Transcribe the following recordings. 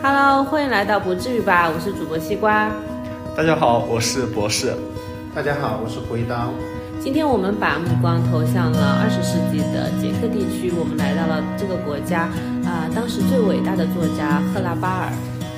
Hello， 欢迎来到不至于吧，我是主播西瓜。 大家好，我是博士。 大家好，我是回刀。 今天我们把目光投向了20世纪的捷克地区，我们来到了这个国家当时最伟大的作家赫拉巴尔。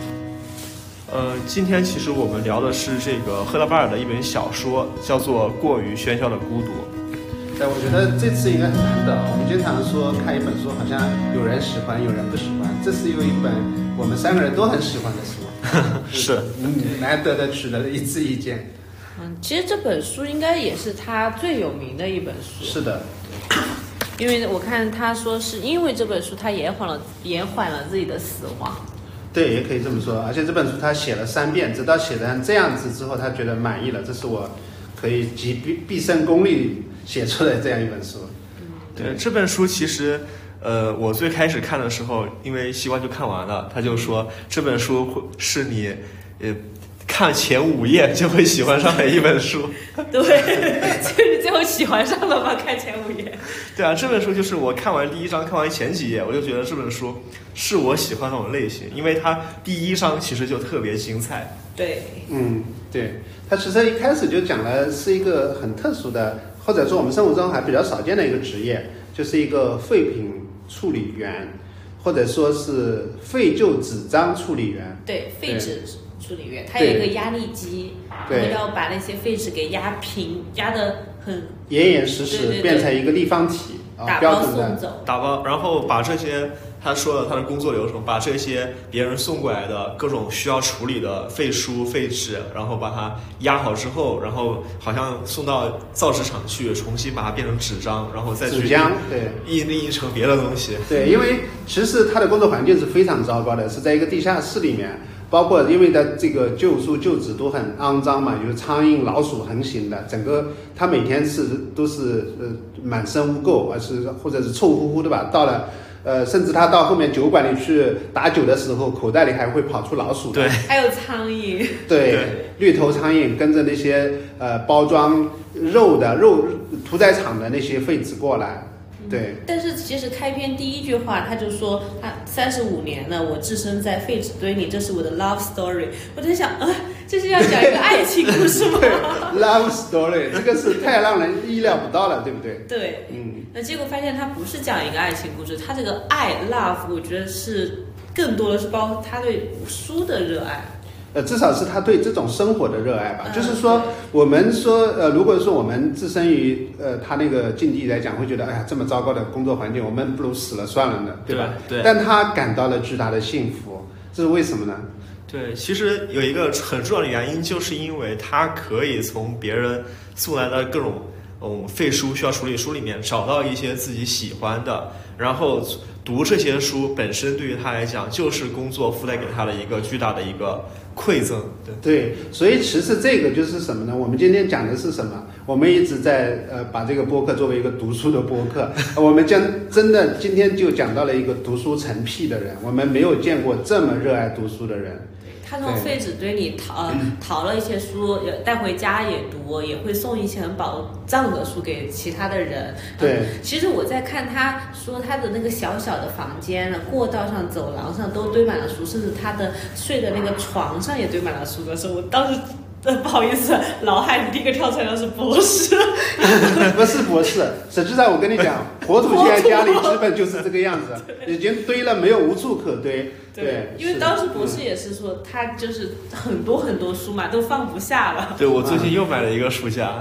今天其实我们聊的是这个赫拉巴尔的一本小说，叫做《过于喧嚣的孤独》。 对，我觉得这次应该很难得。我们经常说看一本书，好像有人喜欢，有人不喜欢。这是有一本我们三个人都很喜欢的书， 是难得的取得了一致意见。 其实这本书应该也是他最有名的一本书。 是的， 因为我看他说是因为这本书他延缓了自己的死亡。 对，也可以这么说。而且这本书他写了3遍，直到写成这样子之后，他觉得满意了。这是我可以集毕生功力写出来这样一本书。 对，这本书其实我最开始看的时候，因为西瓜就看完了，他就说这本书是你看前5页就会喜欢上的一本书。 对，就是最后喜欢上了吗？看前5页。 对啊，这本书就是我看完第1章，看完前几页，我就觉得这本书是我喜欢那种类型，因为它第1章其实就特别精彩。 对， 对，它其实一开始就讲了是一个很特殊的，或者说我们生活中还比较少见的一个职业，就是一个废品处理员，或者说是废旧纸张处理员。 对，废纸处理员，它有一个压力机，然后要把那些废纸给压平，压得很严严实实，变成一个立方体， 打包送走， 打包，然后把这些他说了他的工作流程，把这些别人送过来的各种需要处理的废书废纸，然后把它压好之后，然后好像送到造纸厂去，重新把它变成纸张，然后再去印成别的东西。 对，因为其实他的工作环境是非常糟糕的，是在一个地下室里面。包括因为的这个旧书旧纸都很肮脏嘛，有苍蝇老鼠横行的，整个他每天都是满身污垢，或者是臭乎乎的吧。到了甚至他到后面酒馆里去打酒的时候，口袋里还会跑出老鼠的。 对， 还有苍蝇。 对，绿头苍蝇跟着那些包装肉屠宰场的那些废纸过来。对， 但是其实开篇第1句话他就说他35年了，我置身在废纸堆里，这是我的 love story。我在想这是要讲一个爱情故事吗？ 对 love story 这个是太让人意料不到了，对不对？ 对，那结果发现他不是讲一个爱情故事，他这个爱 love 我觉得是更多的是包括他对书的热爱。 至少是他对这种生活的热爱吧。就是说，我们说，如果说我们置身于他那个境地来讲，会觉得，哎呀，这么糟糕的工作环境，我们不如死了算了呢，对吧？ 对。 但他感到了巨大的幸福，这是为什么呢？ 对，其实有一个很重要的原因，就是因为他可以从别人送来的各种废书需要处理书里面找到一些自己喜欢的，然后读这些书本身对于他来讲就是工作附带给他的一个巨大的一个馈赠。 对，所以其实这个就是什么呢？我们今天讲的是什么？我们一直在把这个播客作为一个读书的播客，我们真的今天就讲到了一个读书成癖的人，我们没有见过这么热爱读书的人。 他从废纸堆里淘了一些书，带回家也读，也会送一些很宝藏的书给其他的人。 对， 其实我在看他说他的那个小小的房间了，过道上、走廊上都堆满了书，甚至他的睡的那个床上也堆满了书的时候，我当时不好意思，脑海里第一个跳出来的是博士。 不是博士，实际上我跟你讲，火土现在家里基本就是这个样子，已经堆了没有无处可堆。对， 因为当时博士也是说，他就是很多很多书嘛，都放不下了。 对，我最近又买了一个书架。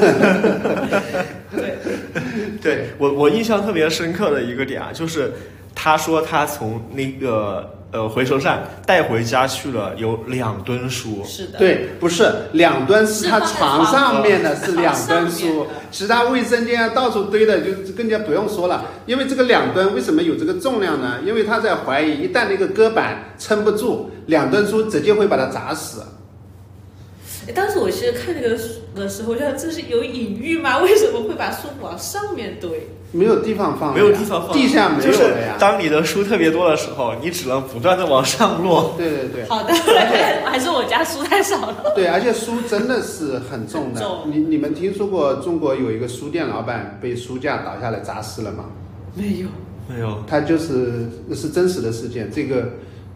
对，我印象特别深刻的一个点就是他说他从那个回收站带回家去了有2吨书。 是的。 对，不是2吨，是他床上面的是2吨书，其他卫生间到处堆的就更加不用说了。因为这个2吨为什么有这个重量呢？因为他在怀疑一旦那个搁板撑不住，2吨书直接会把它砸死。 当时我其实看这个的时候，我觉得这是有隐喻吗？为什么会把书往上面堆？ 没有地方放， 没有地方放， 地下没有了呀。 当你的书特别多的时候，你只能不断的往上摞。 对。 好的，还是我家书太少了。 对，而且书真的是很重的。你们听说过中国有一个书店老板被书架倒下来砸死了吗？ 没有。 他就是是真实的事件。这个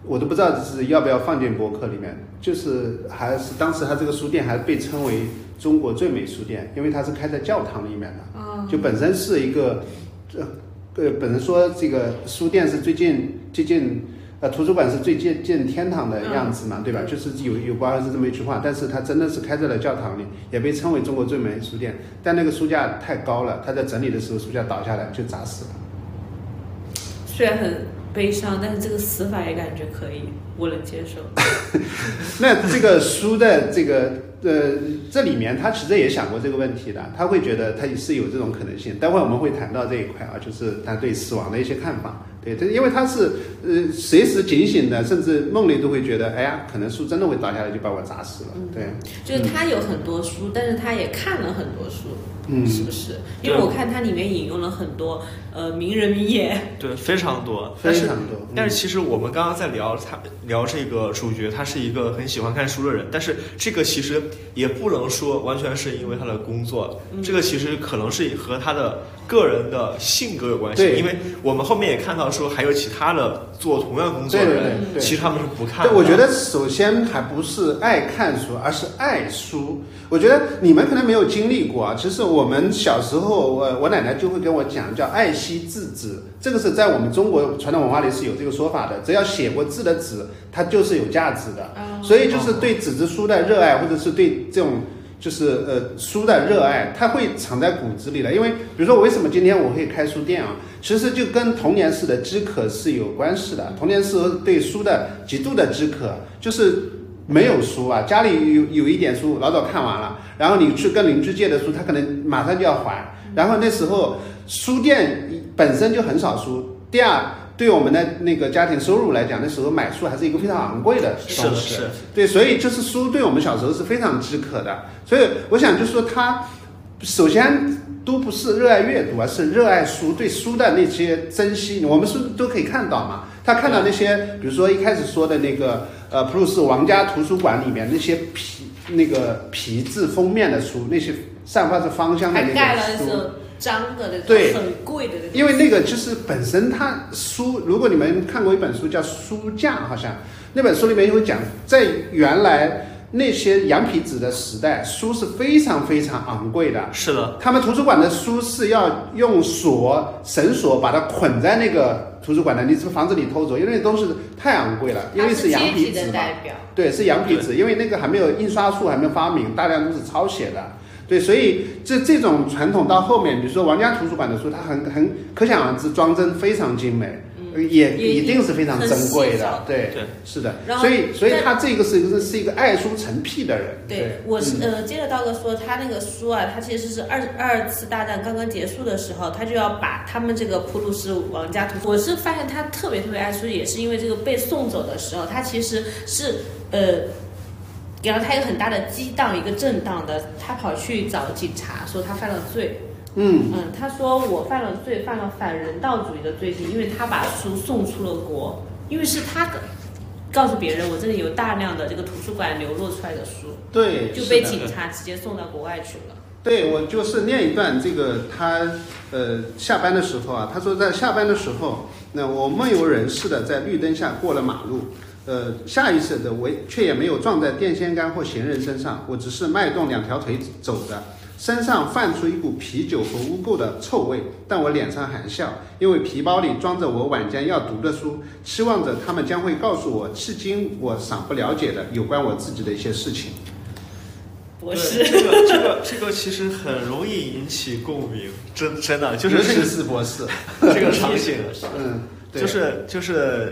我都不知道是要不要放进博客里面，就是还是当时他这个书店还被称为中国最美书店，因为它是开在教堂里面的，就本身是一个本身说这个书店是接近图书馆是最接近天堂的样子嘛，对吧？就是有包含是这么一句话，但是它真的是开在了教堂里，也被称为中国最美书店。但那个书架太高了，他在整理的时候书架倒下来就砸死了。 虽然很悲伤，但是这个死法也感觉可以，我能接受。 那这个书的这个这里面他其实也想过这个问题的，他会觉得他是有这种可能性。待会我们会谈到这一块啊，就是他对死亡的一些看法。对，因为他是随时警醒的，甚至梦里都会觉得，哎呀，可能书真的会倒下来就把我砸死了。对， 就是他有很多书，但是他也看了很多书，是不是？因为我看它里面引用了很多名人名言， 对，非常多， 非常多。 但是其实我们刚刚在聊这个主角，他是一个很喜欢看书的人，但是这个其实也不能说完全是因为他的工作，这个其实可能是和他的个人的性格有关系。因为我们后面也看到说还有其他的做同样工作的人，其实他们是不看的。 对，我觉得首先还不是爱看书，而是爱书。我觉得你们可能没有经历过啊，其实我们小时候，我奶奶就会跟我讲，叫爱惜字纸，这个是在我们中国传统文化里是有这个说法的。只要写过字的纸，它就是有价值的。所以就是对纸质书的热爱，或者是对这种就是书的热爱，它会藏在骨子里的。因为比如说我为什么今天我会开书店啊，其实就跟童年时的饥渴是有关系的。童年时对书的极度的饥渴，就是没有书啊，家里有一点书老早看完了，然后你去跟邻居借的书，他可能马上就要还，然后那时候书店本身就很少书。第二，对我们的那个家庭收入来讲，那时候买书还是一个非常昂贵的东西。 是对，所以就是书对我们小时候是非常饥渴的。所以我想就是说，他首先都不是热爱阅读，而是热爱书，对书的那些珍惜，我们是都可以看到嘛。他看到那些，比如说一开始说的那个普鲁士王家图书馆里面那些皮质封面的书，那些散发着芳香的那个书， 还盖了一种章的那种， 对， 很贵的那种。 因为那个就是本身它书，如果你们看过一本书叫《书架》，好像那本书里面有讲，在原来那些羊皮纸的时代，书是非常非常昂贵的。 是的， 他们图书馆的书是要用绳索把它捆在那个图书馆的，你是房子里偷走，因为那东西太昂贵了，因为是羊皮纸嘛。对，是羊皮纸，因为那个还没有印刷术还没有发明，大量都是抄写的。对，所以这种传统到后面，比如说王家图书馆的书，它很可想而知，装帧非常精美。也一定是非常珍贵的，对，是的，所以他这个是一个爱书成癖的人。 对，我是接着道哥说，他那个书啊，他其实是二次大战刚刚结束的时候，他就要把他们这个普鲁士王家图，我是发现他特别爱书，也是因为这个被送走的时候，他其实是给了他一个很大的激荡，一个震荡的，他跑去找警察说他犯了罪。他说我犯了罪，犯了反人道主义的罪行，因为他把书送出了国，因为是他告诉别人我这里有大量的这个图书馆流落出来的书， 对， 就被警察直接送到国外去了。 对，我就是念一段这个他下班的时候啊，他说在下班的时候，那我梦游人似的在绿灯下过了马路，下意识的我却也没有撞在电线杆或行人身上，我只是迈动两条腿走着。身上泛出一股啤酒和污垢的臭味，但我脸上含笑，因为皮包里装着我晚间要读的书，期望着他们将会告诉我迄今我尚不了解的有关我自己的一些事情。 博士， 这个其实很容易引起共鸣，真的就是尤其是博士这个场景， 对， 就是。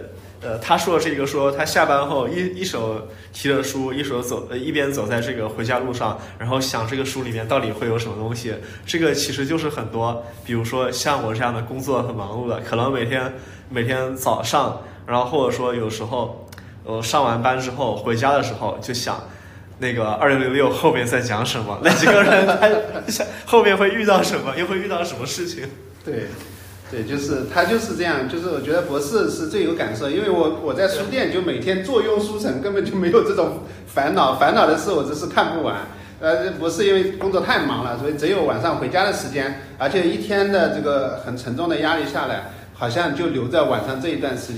他说这个说他下班后一手提着书，一边走在这个回家路上，然后想这个书里面到底会有什么东西。这个其实就是很多，比如说像我这样的工作很忙碌的，可能每天早上，然后或者说有时候上完班之后回家的时候就想那个2666后面在讲什么，那几个人他后面会遇到什么，又会遇到什么事情。 对，就是他就是这样，就是我觉得博士是最有感受，因为我在书店就每天坐拥书城，根本就没有这种烦恼的事我只是看不完。博士因为工作太忙了，所以只有晚上回家的时间，而且一天的这个很沉重的压力下来，好像就留在晚上这一段时间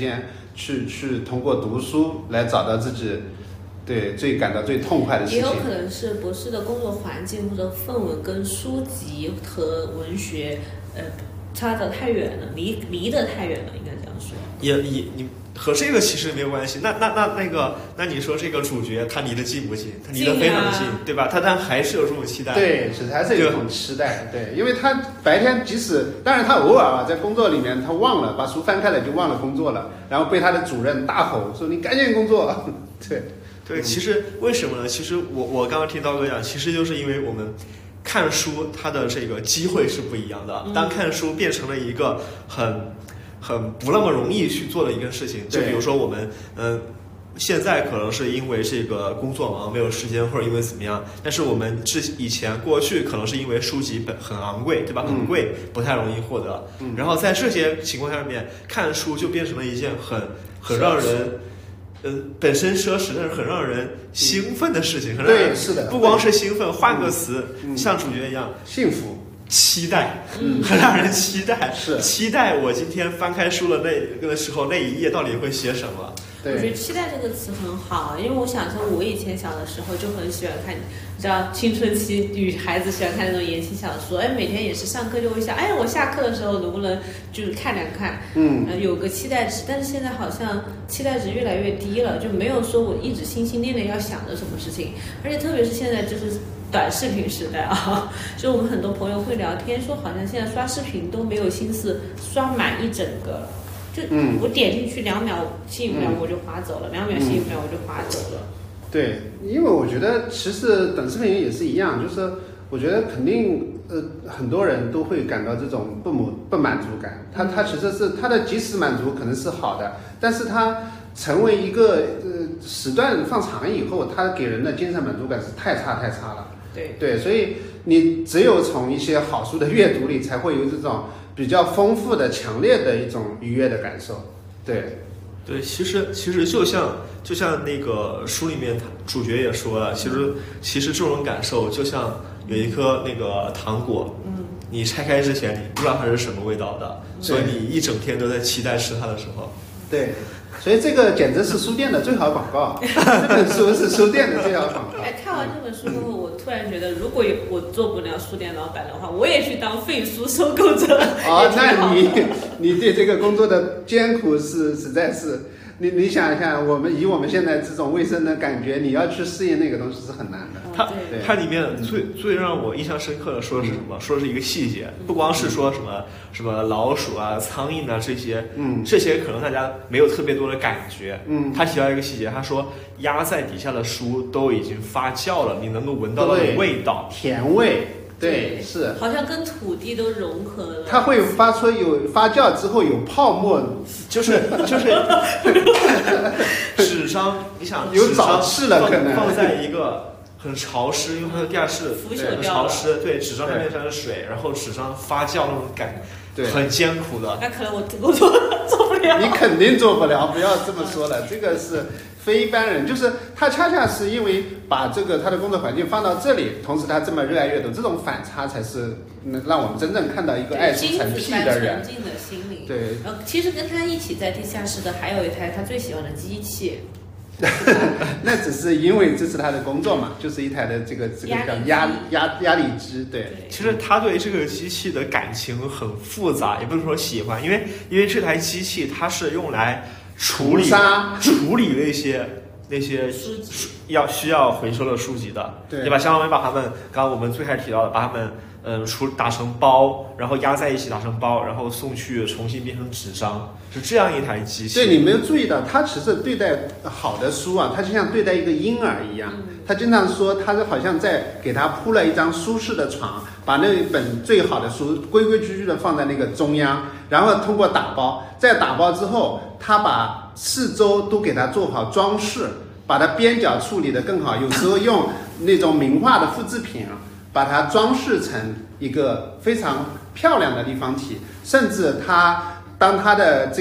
通过读书来找到自己对最感到最痛快的事情。 也有可能是博士的工作环境或者氛围跟书籍和文学差得太远了，离得太远了，应该这样说。 你和这个其实没有关系。那你说这个主角他离得近不近？他离得非常的近，对吧？但还是有这种期待。 对，其实还是有一种期待。对，因为他白天当然他偶尔在工作里面他忘了把书翻开了就忘了工作了，然后被他的主任大吼说你赶紧工作。对， 其实为什么呢？其实我刚刚听刀哥讲，其实就是因为我们看书它的这个机会是不一样的。当看书变成了一个很不那么容易去做的一个事情，就比如说我们现在可能是因为这个工作忙没有时间，或者因为怎么样，但是我们以前过去可能是因为书籍很昂贵，对吧？很贵，不太容易获得。然后在这些情况下面，看书就变成了一件很让人本身奢侈，但是很让人兴奋的事情。 对，是的， 不光是兴奋，换个词，像主角一样， 幸福。 期待，很让人期待， 是期待我今天翻开书的那个时候，那一页到底会写什么？ 我觉得期待这个词很好，因为我想说，我以前小的时候就很喜欢看，你知道青春期女孩子喜欢看那种言情小说，每天也是上课就会想，我下课的时候能不能就是看两看，有个期待值。但是现在好像期待值越来越低了，就没有说我一直心心念念要想着什么事情，而且特别是现在就是短视频时代啊，就我们很多朋友会聊天说，好像现在刷视频都没有心思刷满一整个了。就我点进去2秒吸引不了我就划走了，2秒吸引不了我就划走了。 对，因为我觉得其实短视频也是一样，就是我觉得肯定很多人都会感到这种不满足感。他其实是他的即时满足可能是好的，但是他成为一个时段放长以后，他给人的精神满足感是太差了。对，所以你只有从一些好书的阅读里，才会有这种比较丰富的、强烈的一种愉悦的感受。 对，其实就像那个书里面主角也说了，其实这种感受就像有一颗那个糖果，你拆开之前你不知道它是什么味道的，所以你一整天都在期待吃它的时候。 对。所以这个简直是书店的最好广告，这本书是书店的最好广告。 看完这本书之后，我突然觉得，如果我做不了书店老板的话，我也去当废书收购者。 那你对这个工作的艰苦实在是，你想一下，我们现在这种卫生的感觉，你要去适应那个东西是很难的。 它里面最让我印象深刻的说的是什么？说的是一个细节，不光是说什么老鼠啊、苍蝇啊这些，这些可能大家没有特别多的感觉。他提到一个细节，他说压在底下的书都已经发酵了，你能够闻到那种味道， 甜味。对，是好像跟土地都融合了。 它会发出有发酵之后有泡沫， 就是纸张，你想有早逝了，可能放在一个很潮湿，因为它的地下室很潮湿，对，纸张上面沾着水，然后纸张发酵那种感觉。对，很艰苦的。 那可能我做不了。 你肯定做不了，不要这么说了。这个是非一般人，就是他恰恰是因为把他的工作环境放到这里，同时他这么热爱阅读，这种反差才是能让我们真正看到一个爱书成癖的人。 纯净的心灵。 对。 其实跟他一起在地下室的还有一台他最喜欢的机器。 那只是因为这是他的工作嘛，就是一台的这个叫压力机。对， 其实他对这个机器的感情很复杂，也不是说喜欢，因为这台机器它是用来处理那些需要回收的书籍的，对吧？相当于把它们，刚刚我们最开始提到的，把它们打成包，然后压在一起打成包，然后送去重新变成纸张，是这样一台机器。 对，你没有注意到，他其实对待好的书啊，他就像对待一个婴儿一样。他经常说，他好像在给他铺了一张舒适的床，把那一本最好的书规规矩矩的放在那个中央，然后通过打包，在打包之后，他把四周都给他做好装饰，把它边角处理得更好，有时候用那种名画的复制品把它装饰成一个非常漂亮的立方体，甚至当它的这个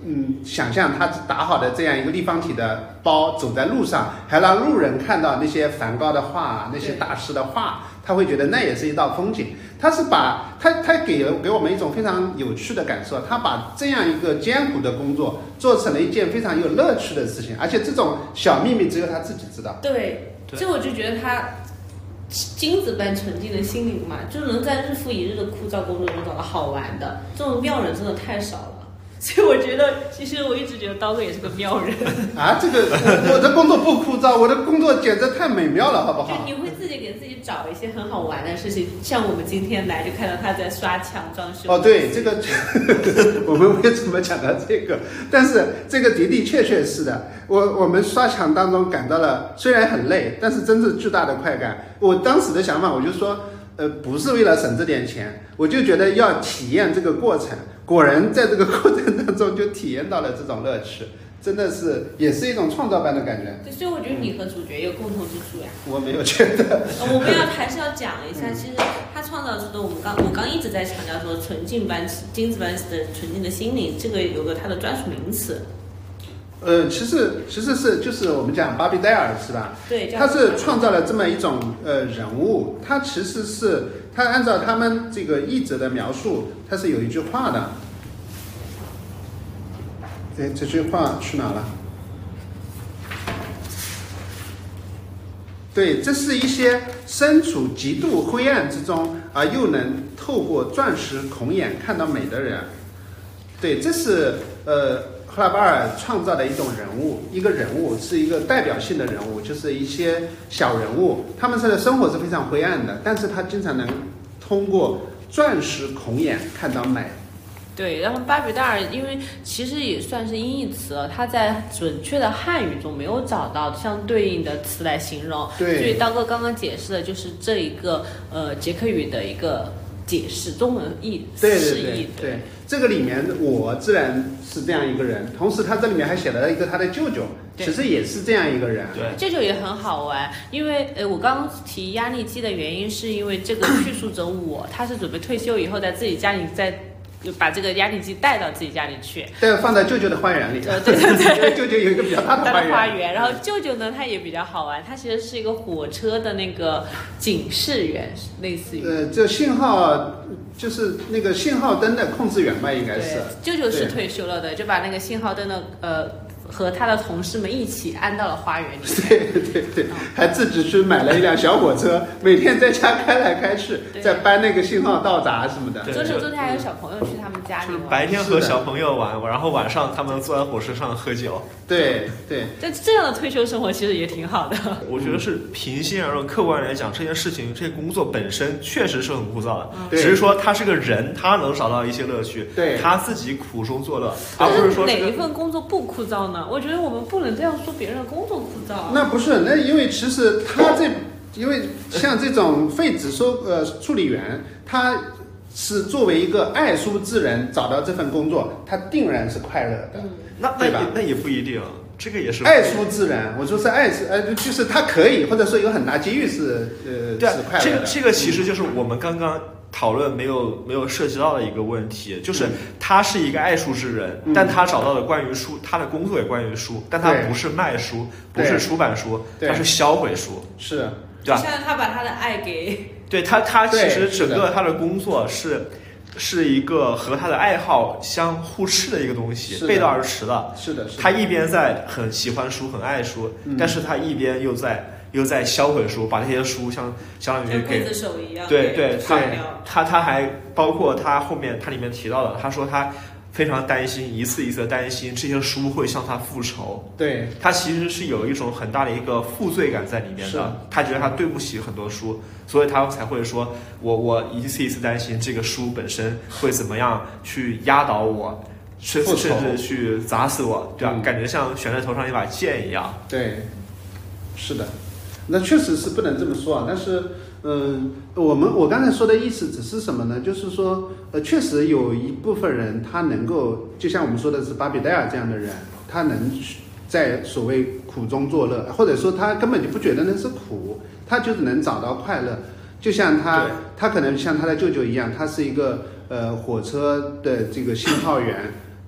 想象他打好的这样一个立方体的包走在路上，还让路人看到那些梵高的画、那些大师的画，他会觉得那也是一道风景。他是把他给我们一种非常有趣的感受，他把这样一个艰苦的工作做成了一件非常有乐趣的事情，而且这种小秘密只有他自己知道。 对，所以我就觉得他金子般纯净的心灵嘛，就能在日复一日的枯燥工作中找到好玩的，这种妙人真的太少了。所以我觉得，其实我一直觉得刀哥也是个妙人啊。这个我的工作不枯燥，我的工作简直太美妙了，好不好？ 就你会自己给自己找一些很好玩的事情，像我们今天来就看到他在刷墙装修。 哦，对，这个我们为什么讲到这个？但是这个的的确确是的，我们刷墙当中感到了，虽然很累，但是真是巨大的快感。我当时的想法，我就说，不是为了省这点钱，我就觉得要体验这个过程。果然在这个过程当中就体验到了这种乐趣，真的是也是一种创造般的感觉。 对，所以我觉得你和主角有共同之处呀。 我没有觉得。 我们还是要讲一下，其实他创造出的我刚一直在强调说纯净般金子般的纯净的心灵，这个有个它的专属名词。 其实是就是我们讲巴比戴尔是吧？ 对， 他是创造了这么一种人物，他其实是他按照他们这个译者的描述，他是有一句话的。哎，这句话去哪了？对，这是一些身处极度灰暗之中，而又能透过钻石孔眼看到美的人。对，这是赫拉巴尔创造的一种人物，一个人物是一个代表性的人物，就是一些小人物，他们的生活是非常灰暗的，但是他经常能通过钻石孔眼看到美。 对，然后巴比戴尔因为其实也算是音译词了，它在准确的汉语中没有找到相对应的词来形容， 对， 所以刀哥刚刚解释的就是这一个捷克语的一个解释，中文译释义。 对，这个里面我自然是这样一个人，同时他这里面还写了一个他的舅舅，其实也是这样一个人。 对， 舅舅也很好玩，因为我刚刚提压力机的原因是因为这个叙述者他是准备退休以后在自己家里就把这个压力机带到自己家里去， 对，放在舅舅的花园里。 对， 舅舅有一个比较大的花园。然后舅舅呢，他也比较好玩，他其实是一个火车的那个警示员，类似于这信号就是那个信号灯的控制员吧，应该是。 舅舅是退休了的，就把那个信号灯的和他的同事们一起安到了花园里。 对，还自己去买了一辆小火车，每天在家开来开去，在搬那个信号到达什么的。 昨天还有小朋友去他们家里玩， 白天和小朋友玩，然后晚上他们坐在火车上喝酒。 对， 这样的退休生活其实也挺好的。 我觉得是平心而论，客观来讲，这件事情、这工作本身确实是很枯燥的，只是说他是个人，他能找到一些乐趣， 对， 他自己苦中作乐，而不是说哪一份工作不枯燥呢？我觉得我们不能这样说别人的工作枯燥。 那不是，那因为其实因为像这种废纸处理员，他是作为一个爱书之人找到这份工作，他定然是快乐的。 那也不一定，这个也是爱书之人。我说是就是他可以，或者说有很大机遇是快乐的。 这个其实就是我们刚刚讨论没有涉及到的一个问题，就是他是一个爱书之人，但他找到的关于书，他的工作也关于书，但他不是卖书，不是出版书，他是销毁书， 是， 对吧？就像他把他的爱给他其实整个他的工作是一个和他的爱好相互斥的一个东西，背道而驰的。 是的， 他一边在很喜欢书，很爱书，但是他一边又在销毁书，把这些书相当于给刽子手一样。 对，他还包括他后面他里面提到的，他说他非常担心，一次一次的担心这些书会向他复仇。 对， 他其实是有一种很大的一个负罪感在里面的，他觉得他对不起很多书，所以他才会说我一次一次担心这个书本身会怎么样去压倒我，甚至去砸死我，对吧？感觉像悬在头上一把剑一样。 对，是的，那确实是不能这么说啊，但是。我刚才说的意思只是什么呢？就是说，确实有一部分人他能够，就像我们说的是巴比戴尔这样的人，他能在所谓苦中作乐，或者说他根本就不觉得那是苦，他就是能找到快乐。就像他可能像他的舅舅一样，他是一个火车的这个信号员，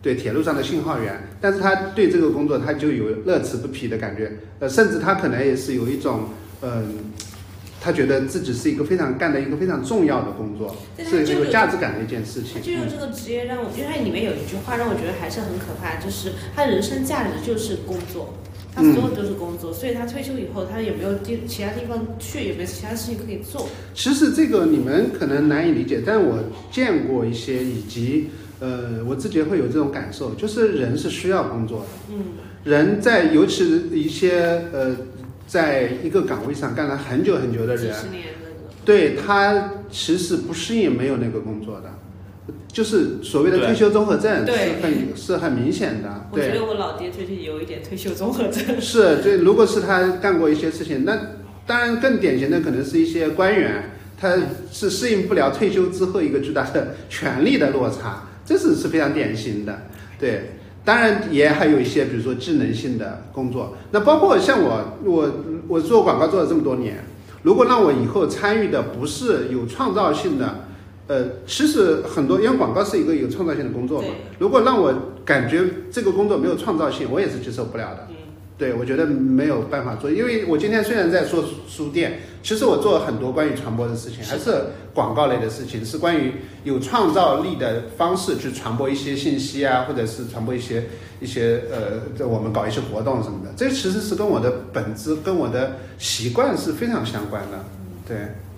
对铁路上的信号员，但是他对这个工作他就有乐此不疲的感觉，甚至他可能也是有一种他觉得自己是一个干的一个非常重要的工作，是有价值感的一件事情。 就用这个职业让我，因为它里面有一句话让我觉得还是很可怕，就是他人生价值就是工作，他所有都是工作，所以他退休以后他有没有其他地方去，有没有其他事情可以做？ 其实这个你们可能难以理解，但我见过一些，以及我自己会有这种感受，就是人是需要工作的。人在尤其是一些在一个岗位上干了很久很久的人， 几十年那个， 对他其实不适应没有那个工作的，就是所谓的退休综合症是很明显的。 我觉得我老爹最近有一点退休综合症。 是，对，如果是他干过一些事情，那当然更典型的可能是一些官员，他是适应不了退休之后一个巨大的权力的落差，这是非常典型的。对。当然也还有一些，比如说智能性的工作，那包括像我做广告做了这么多年，如果让我以后参与的不是有创造性的，其实很多，因为广告是一个有创造性的工作嘛，如果让我感觉这个工作没有创造性，我也是接受不了的。对，我觉得没有办法做，因为我今天虽然在做书店，其实我做很多关于传播的事情，还是广告类的事情，是关于有创造力的方式去传播一些信息啊，或者是传播一些我们搞一些活动什么的，这其实是跟我的本质、跟我的习惯是非常相关的。对，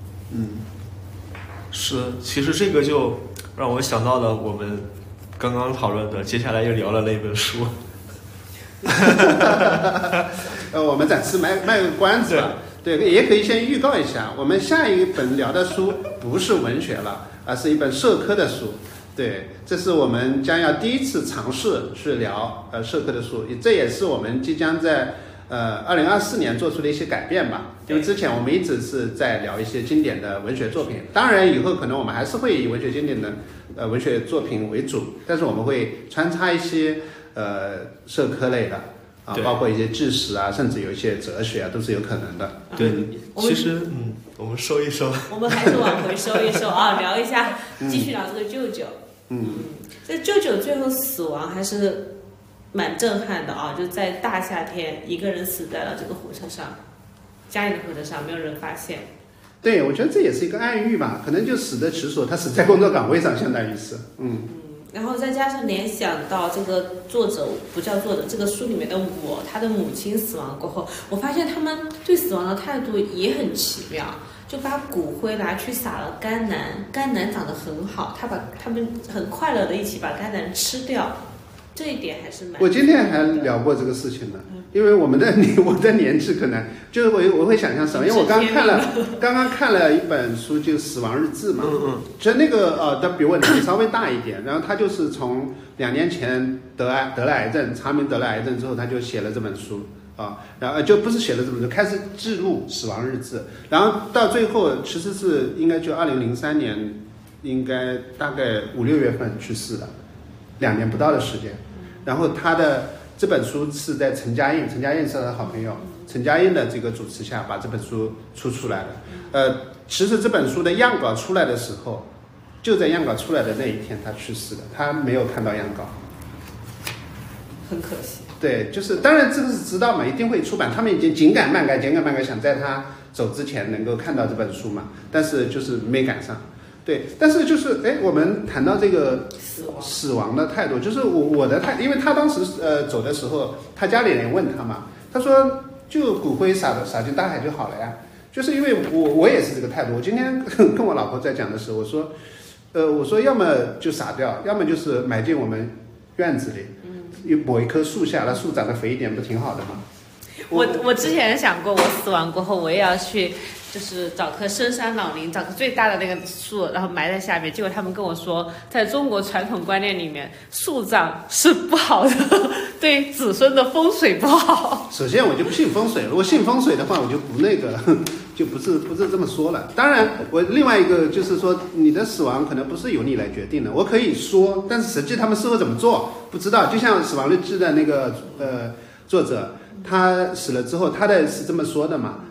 是，其实这个就让我想到了我们刚刚讨论的，接下来又聊了那本书。 我们暂时卖个关子吧。对，也可以先预告一下，我们下一本聊的书不是文学了，而是一本社科的书。对，这是我们将要第一次尝试去聊社科的书，这也是我们即将在2024年做出的一些改变吧。因为之前我们一直是在聊一些经典的文学作品，当然以后可能我们还是会以文学经典的文学作品为主，但是我们会穿插一些社科类的啊，包括一些知识啊，甚至有一些哲学啊，都是有可能的。 对，其实我们收一收， 我们还是往回收一收啊，聊一下，继续聊这个舅舅。这舅舅最后死亡还是蛮震撼的啊，就在大夏天一个人死在了这个火车上，家里的火车上，没有人发现。 对，我觉得这也是一个暗喻吧，可能就死得其所，他死在工作岗位上，相当于是， 然后再加上联想到这个作者不叫作者，这个书里面的他的母亲死亡过后，我发现他们对死亡的态度也很奇妙，就把骨灰拿去撒了甘蓝，甘蓝长得很好，他们很快乐的一起把甘蓝吃掉，这一点还是蛮。 我今天还聊过这个事情的，因为我的年纪可能就是我会想象什么，因为我刚刚看了一本书，就《死亡日志》嘛，其实那个他比我年纪稍微大一点，然后他就是从2年前得了癌症，查明得了癌症之后，他就写了这本书啊，然后就不是写了这本书，开始记录死亡日志，然后到最后其实是应该就2003年，应该大概5、6月份去世的，2年不到的时间。然后他的这本书是在陈嘉映是他的好朋友，陈嘉映的这个主持下把这本书出来了。其实这本书的样稿出来的时候，就在样稿出来的那一天他去世的，他没有看到样稿， 很可惜。 对，就是当然这个是知道嘛，一定会出版，他们已经紧赶慢赶想在他走之前能够看到这本书嘛，但是就是没赶上。对，但是就是我们谈到这个死亡的态度，就是我的态，因为他当时走的时候，他家里人问他嘛，他说就骨灰撒进大海就好了呀。就是因为我也是这个态度，我今天跟我老婆在讲的时候，我说要么就撒掉，要么就是埋进我们院子里，某一棵树下，那树长得肥一点，不挺好的吗？ 我之前想过，我死亡过后，我也要去，就是找棵深山老林，找棵最大的那个树，然后埋在下面。结果他们跟我说，在中国传统观念里面，树葬是不好的，对子孙的风水不好。 首先我就不信风水，如果信风水的话，我就不那个，就不是这么说了。当然，我另外一个就是说，你的死亡可能不是由你来决定的，我可以说，但是实际他们事后怎么做不知道。就像《死亡日志》的那个作者。他死了之后，他的是这么说的嘛？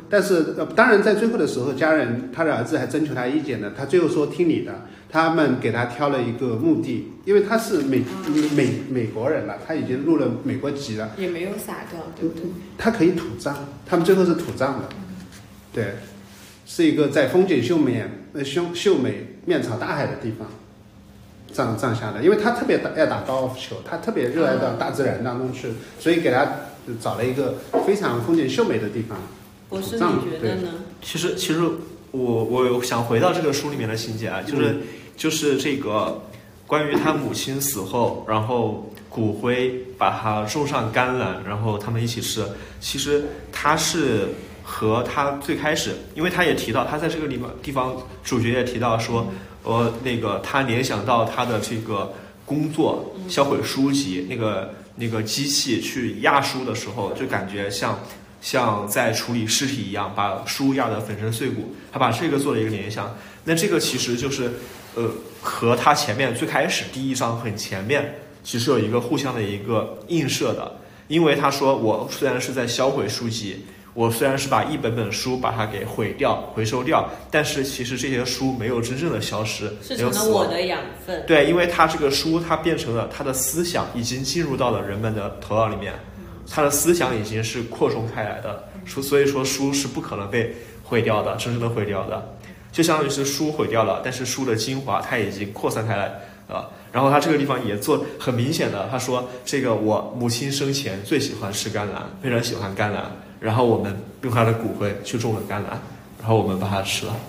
但是当然在最后的时候，家人他的儿子还征求他意见的，他最后说听你的。他们给他挑了一个墓地，因为他是美国人了，他已经入了美国籍了， 也没有撒掉，对不对？ 他可以土葬，他们最后是土葬的，对，是一个在风景秀美、面朝大海的地方葬下的，因为他特别爱打高尔夫球，他特别热爱到大自然当中去，所以给他找了一个非常风景秀美的地方。 博士，你觉得呢？ 其实我有想回到这个书里面的情节啊，就是这个关于他母亲死后，然后骨灰把它种上甘蓝，然后他们一起吃。其实他是和他最开始，因为他也提到他在这个地方主角也提到说，那个他联想到他的这个工作销毁书籍，那个机器去压书的时候，就感觉像在处理尸体一样，把书压得粉身碎骨。他把这个做了一个联想，那这个其实就是和他前面最开始第一章很前面其实有一个互相的一个映射的。因为他说我虽然是在销毁书籍，我虽然是把一本本书把它给毁掉回收掉，但是其实这些书没有真正的消失， 是成了我的养分。 对，因为他这个书它变成了他的思想已经进入到了人们的头脑里面，他的思想已经是扩充开来的，所以说书是不可能被毁掉的，真正的毁掉的，就相当于是书毁掉了，但是书的精华它已经扩散开来然后他这个地方也做很明显的，他说这个我母亲生前最喜欢吃甘蓝，非常喜欢甘蓝，然后我们用他的骨灰去种了甘蓝，然后我们把它吃了。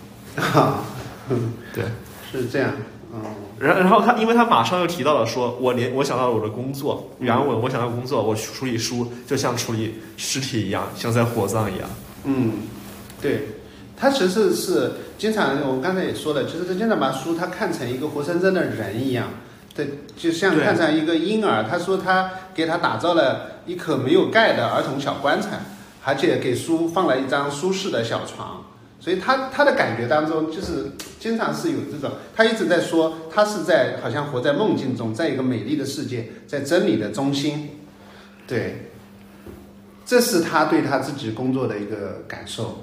对， 是这样。 然后因为他马上又提到了说，我想到了我的工作，原文我想到工作，我处理书就像处理尸体一样，像在火葬一样。 对，他其实是经常，我刚才也说了，就是经常把书他看成一个活生生的人一样，对，就像看成一个婴儿。他说他给他打造了一口没有盖的儿童小棺材，而且给书放了一张舒适的小床。所以他的感觉当中，就是经常是有这种，他一直在说，他是在好像活在梦境中，在一个美丽的世界，在真理的中心。对，这是他对他自己工作的一个感受。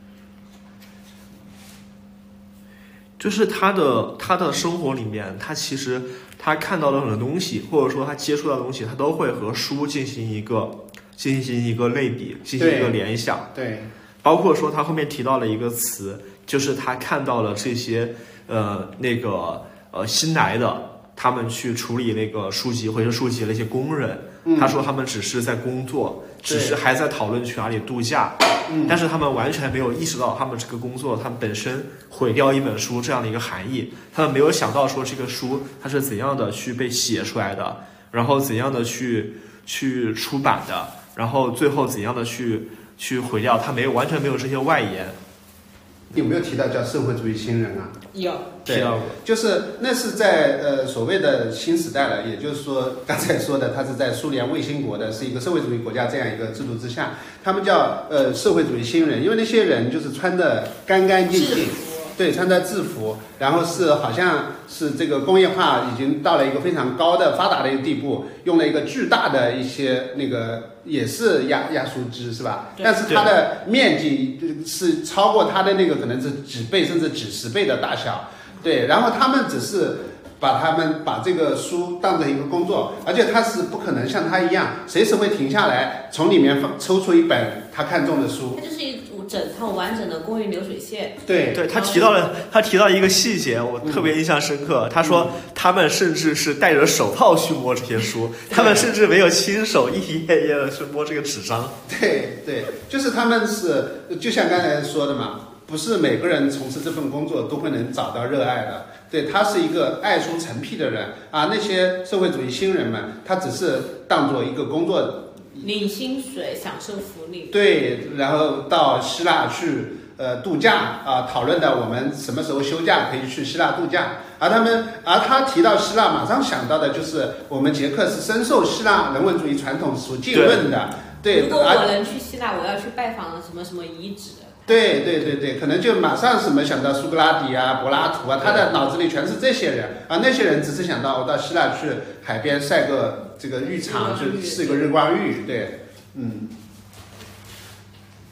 就是他的生活里面，他其实他看到的很多东西，或者说他接触到的东西，他都会和书进行一个类比，进行一个联想。 对。 包括说他后面提到了一个词，就是他看到了这些新来的他们去处理那个书籍回收书籍的那些工人，他说他们只是在工作，只是还在讨论去哪里度假，但是他们完全没有意识到他们这个工作他们本身毁掉一本书这样的一个含义，他们没有想到说这个书它是怎样的去被写出来的，然后怎样的去出版的，然后最后怎样的去毁掉，他完全没有这些外延。 有没有提到叫社会主义新人啊？ 有提到过， 就是那是在所谓的新时代了，也就是说刚才说的，它是在苏联卫星国的，是一个社会主义国家这样一个制度之下，他们叫社会主义新人，因为那些人就是穿的干干净净。对，穿着制服，然后是好像是这个工业化已经到了一个非常高的发达的一个地步，用了一个巨大的一些那个也是压书机是吧？但是它的面积是超过它的那个可能是几倍甚至几十倍的大小。对，然后他们只是把这个书当成一个工作，而且他是不可能像他一样随时会停下来从里面抽出一本他看中的书。 它就是一整套完整的公益流水线。 对， 他提到一个细节，我特别印象深刻。他说他们甚至是戴着手套去摸这些书，他们甚至没有亲手一页页的去摸这个纸张。 对，就是他们是就像刚才说的嘛，不是每个人从事这份工作都会能找到热爱的。对，他是一个爱书成癖的人啊。那些社会主义新人们，他只是当做一个工作， 领薪水，享受福利。 对，然后到希腊去度假啊，讨论的我们什么时候休假可以去希腊度假。而他提到希腊，马上想到的就是我们捷克是深受希腊人文主义传统所浸润的。对， 如果我能去希腊，我要去拜访什么什么遗址。 对，可能就马上什么想到苏格拉底啊、柏拉图啊，他的脑子里全是这些人啊。那些人只是想到我到希腊去海边晒个这个浴场，去试个日光浴。对，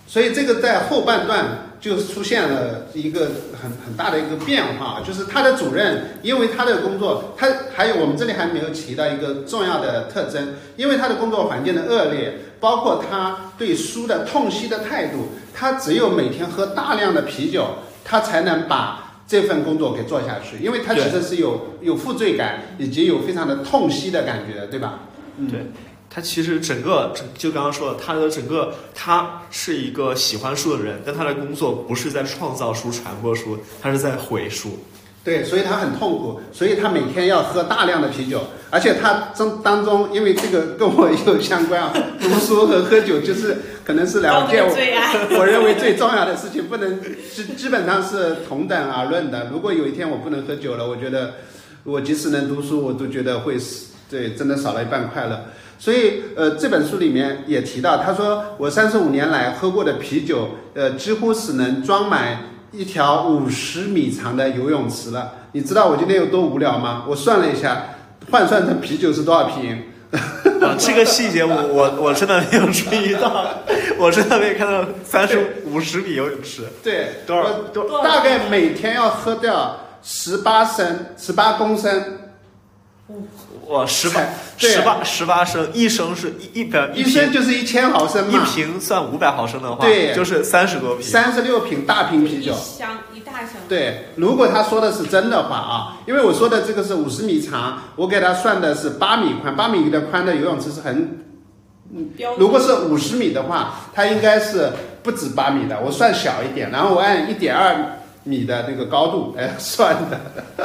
所以这个在后半段就出现了一个很大的一个变化，就是他的主任因为他的工作，他还有我们这里还没有提到一个重要的特征，因为他的工作环境的恶劣，包括他对书的痛惜的态度，他只有每天喝大量的啤酒，他才能把这份工作给做下去，因为他其实是有负罪感，以及有非常的痛惜的感觉，对吧？ 对。他其实就刚刚说的，他是一个喜欢书的人，但他的工作不是在创造书、传播书，他是在毁书。 对，所以他很痛苦，所以他每天要喝大量的啤酒，而且他当中，因为这个跟我也有相关啊，读书和喝酒就是可能是两件我认为最重要的事情，不能基本上是同等而论的。如果有一天我不能喝酒了，我觉得我即使能读书，我都觉得会对真的少了一半快乐。所以这本书里面也提到，他说我35年来喝过的啤酒，几乎是能装满一条50米长的游泳池了。你知道我今天有多无聊吗？我算了一下，换算成啤酒是多少瓶？ 这个细节我真的没有注意到，我真的没有看到50米游泳池。 对， 多少？ 大概每天要喝掉18公升。 哇，18升，一升是一升就是1000毫升嘛， 一瓶算500毫升的话， 对， 就是30多瓶 ，36瓶大瓶啤酒， 一大箱。 对，如果他说的是真的话啊，因为我说的这个是50米长，我给他算的是8米宽，8米的宽的游泳池是如果是50米的话，它应该是不止8米的，我算小一点，然后我按1.2米的那个高度来算的。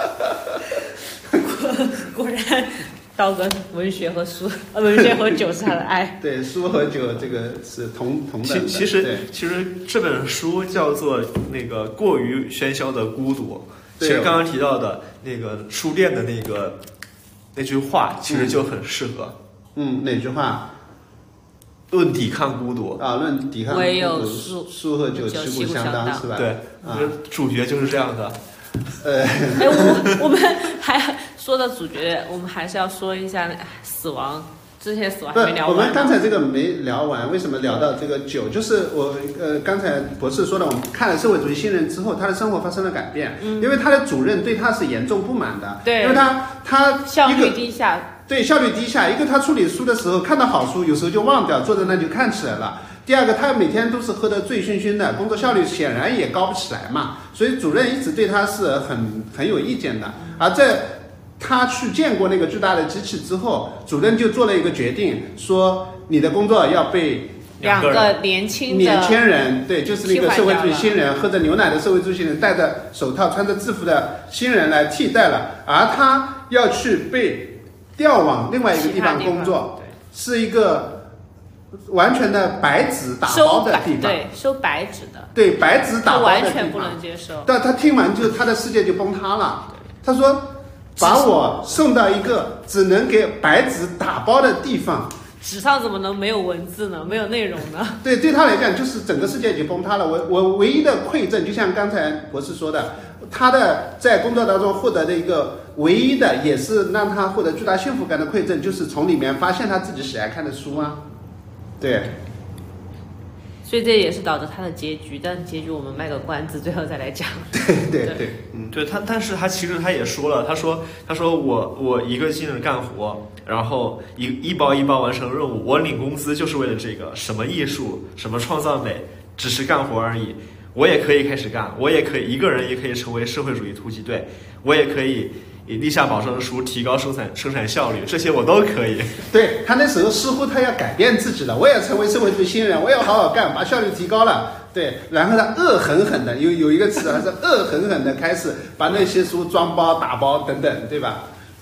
果然，刀哥文学和酒是他的爱。 对，书和酒这个是同等的。 其实这本书叫做那个过于喧嚣的孤独。其实刚刚提到的那个书店的那句话，其实就很适合。 哪句话？ 论抵抗孤独啊，论抵抗孤独， 唯有书和酒旗鼓相当，是吧？ 对，主角就是这样的。 我们还说到主角，我们还是要说一下死亡。之前死亡还没聊完。 我们刚才这个没聊完，为什么聊到这个酒？就是我刚才博士说的，我们看了《社会主义新人》之后，他的生活发生了改变，因为他的主任对他是严重不满的， 对， 因为他效率低下。 对，效率低下。一个他处理书的时候看到好书，有时候就忘掉，坐在那就看起来了。第二个，他每天都是喝得醉醺醺的，工作效率显然也高不起来嘛。所以主任一直对他是很有意见的。而在他去见过那个巨大的机器之后，主任就做了一个决定，说你的工作要被两个年轻人，对，就是那个社会主义新人，喝着牛奶的社会主义新人，戴着手套穿着制服的新人来替代了，而他要去被调往另外一个地方工作，是一个完全的白纸打包的地方， 对，收白纸的， 对，白纸打包的地方， 他完全不能接受。 但他听完就他的世界就崩塌了。他说，把我送到一个只能给白纸打包的地方。 纸上怎么能没有文字呢？没有内容呢？ 对，对他来讲，就是整个世界已经崩塌了。我唯一的馈赠，就像刚才博士说的，他的在工作当中获得的一个唯一的，也是让他获得巨大幸福感的馈赠，就是从里面发现他自己喜爱看的书啊。对。 所以这也是导致他的结局，但结局我们卖个关子，最后再来讲。 对， 对他，但是他其实他也说了，他说我一个劲儿干活，然后一包一包完成任务，我领工资就是为了这个，什么艺术，什么创造美，只是干活而已。我也可以开始干，我也可以一个人也可以成为社会主义突击队，我也可以立下保证书，提高生产效率，这些我都可以。 对，他那时候似乎他要改变自己了，我也成为社会主义新人，我也要好好干，把效率提高了。对，然后他恶狠狠的有一个词，他是恶狠狠的开始把那些书装包、打包等等，对吧？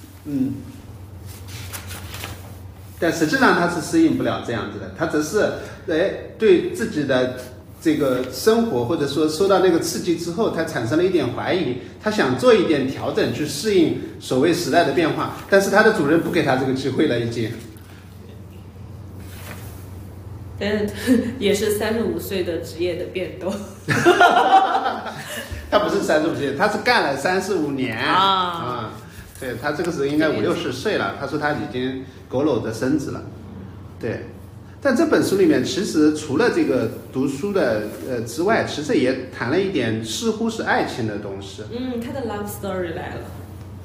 但实际上他是适应不了这样子的，他只是对自己的这个生活或者说受到那个刺激之后，他产生了一点怀疑，他想做一点调整去适应所谓时代的变化，但是他的主任不给他这个机会了已经。 但是也是35岁的职业的变动。 他不是35岁，他是干了35年对，他这个时候应该50、60岁了。他说他已经佝偻着身子了，对。 但这本书里面，其实除了这个读书的之外，其实也谈了一点似乎是爱情的东西。 他的 love story 来了。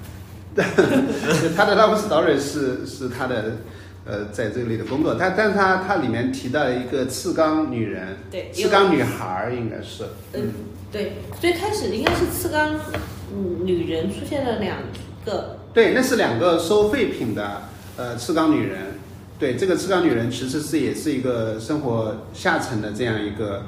他的 love story 是他的在这里的工作，但是他里面提到了一个赤冈女人， 对， 赤冈女孩应该是， 对，最开始应该是赤冈女人出现了2个， 对，那是2个收废品的赤冈女人，对，这个赤冈女人其实也是一个生活下层的这样一个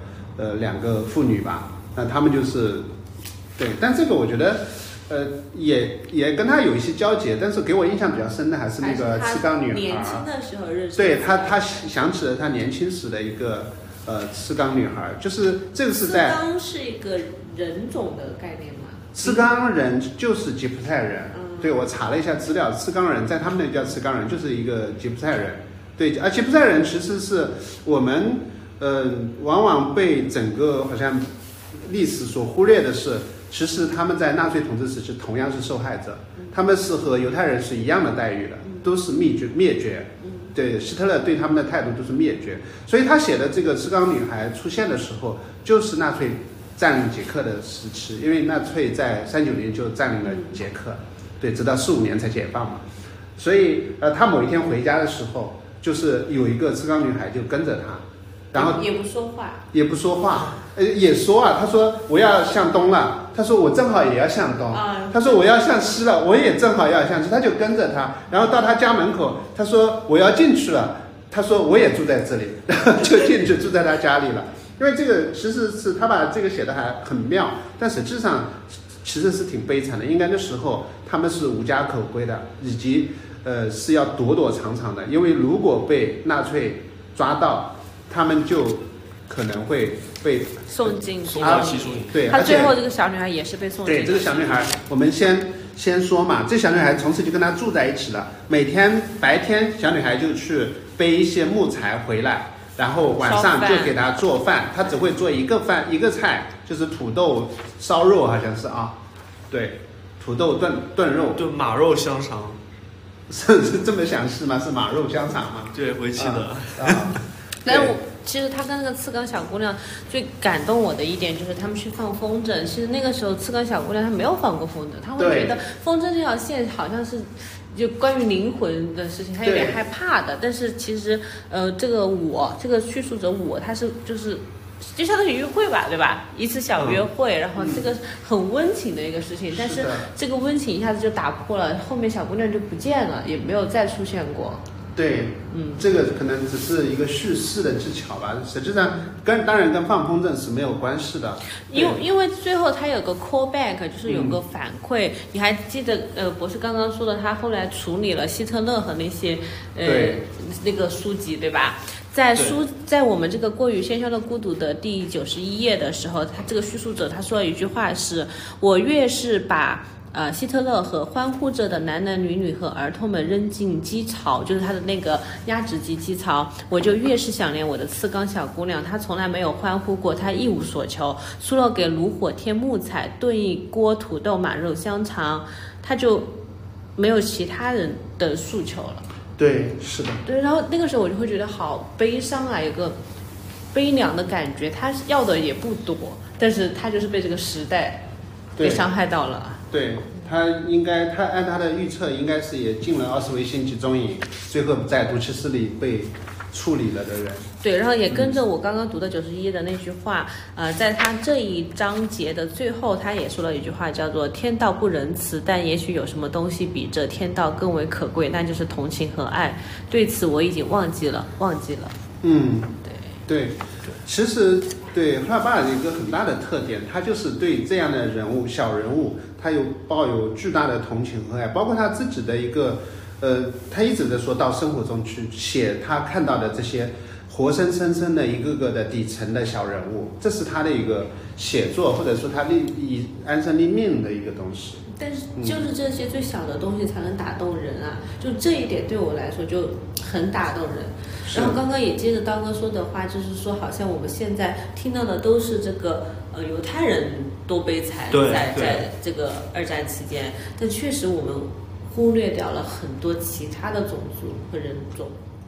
2个妇女吧，那她们就是对，但这个我觉得。也跟他有一些交集，但是给我印象比较深的还是那个赤冈女孩。 年轻的时候认识。 对他想起了他年轻时的一个赤冈女孩，就是这个是在。 赤冈是一个人种的概念吗？ 赤冈人就是吉普赛人，对我查了一下资料，赤冈人在他们那叫赤冈人，就是一个吉普赛人。对，而吉普赛人其实是我们往往被整个好像历史所忽略的是。其实他们在纳粹统治时期同样是受害者，他们是和犹太人是一样的待遇的，都是灭绝。对，希特勒对他们的态度都是灭绝。所以他写的这个赤冈女孩出现的时候，就是纳粹占领捷克的时期，因为纳粹在39年就占领了捷克，对，直到45年才解放嘛。所以他某一天回家的时候，就是有一个赤冈女孩就跟着他。然后也不说话， 也说啊，他说我要向东了，他说我正好也要向东，他说我要向西了，我也正好要向西，他就跟着他，然后到他家门口，他说我要进去了，他说我也住在这里，然后就进去住在他家里了。因为这个其实是他把这个写的还很妙，但实际上其实是挺悲惨的，应该那时候他们是无家可归的，以及是要躲躲藏藏的，因为如果被纳粹抓到。他们就可能会被送进送到集中营。 对， 他最后这个小女孩也是被送进。 对，这个小女孩，我们先说嘛，这小女孩从此就跟他住在一起了。每天白天，小女孩就去背一些木材回来，然后晚上就给他做饭。他只会做一个菜，就是土豆烧肉，好像是啊。对，土豆炖肉， 炖马肉香肠。 是这么详细吗？是马肉香肠吗？ 对，回去的。 但是其实他跟那个赤冈小姑娘最感动我的一点就是他们去放风筝。其实那个时候赤冈小姑娘她没有放过风筝，她会觉得风筝这条线好像是就关于灵魂的事情，她有点害怕的。但是其实这个叙述者他是就相当于约会吧，对吧？一次小约会，然后这个很温情的一个事情，但是这个温情一下子就打破了，后面小姑娘就不见了，也没有再出现过。 对，这个可能只是一个叙事的技巧吧，实际上当然跟放风筝是没有关系的。 因为最后他有个 callback， 就是有个反馈。你还记得博士刚刚说的，他后来处理了希特勒和那些那个书籍，对吧？在我们这个过于喧嚣的孤独的第91页的时候，他这个叙述者他说了一句话是：我越是把希特勒和欢呼着的男男女女和儿童们扔进鸡槽，就是他的那个压直机鸡槽，我就越是想念我的赤冈小姑娘。她从来没有欢呼过，她一无所求，除了给炉火添木材，炖一锅土豆马肉香肠，她就没有其他人的诉求了。 对，是的。 对，然后那个时候我就会觉得好悲伤啊，有个悲凉的感觉。她要的也不多，但是她就是被这个时代被伤害到了。 对，他按他的预测，应该是也进了奥斯维辛集中营，最后在毒气室里被处理了的人。 对，然后也跟着我刚刚读的91页的那句话，在他这一章节的最后，他也说了一句话，叫做"天道不仁慈，但也许有什么东西比这天道更为可贵，那就是同情和爱。对此我已经忘记了。对， 其实对赫尔巴尔的一个很大的特点，他就是对这样的人物、小人物，他抱有巨大的同情和爱，包括他自己的一个，他一直在说到生活中去写他看到的这些活生生的一个个的底层的小人物，这是他的一个写作，或者说他以安身立命的一个东西。 但是就是这些最小的东西才能打动人啊，就这一点对我来说就很打动人。然后刚刚也接着刀哥说的话，就是说好像我们现在听到的都是这个犹太人多悲惨，在这个2战期间，但确实我们忽略掉了很多其他的种族和人种。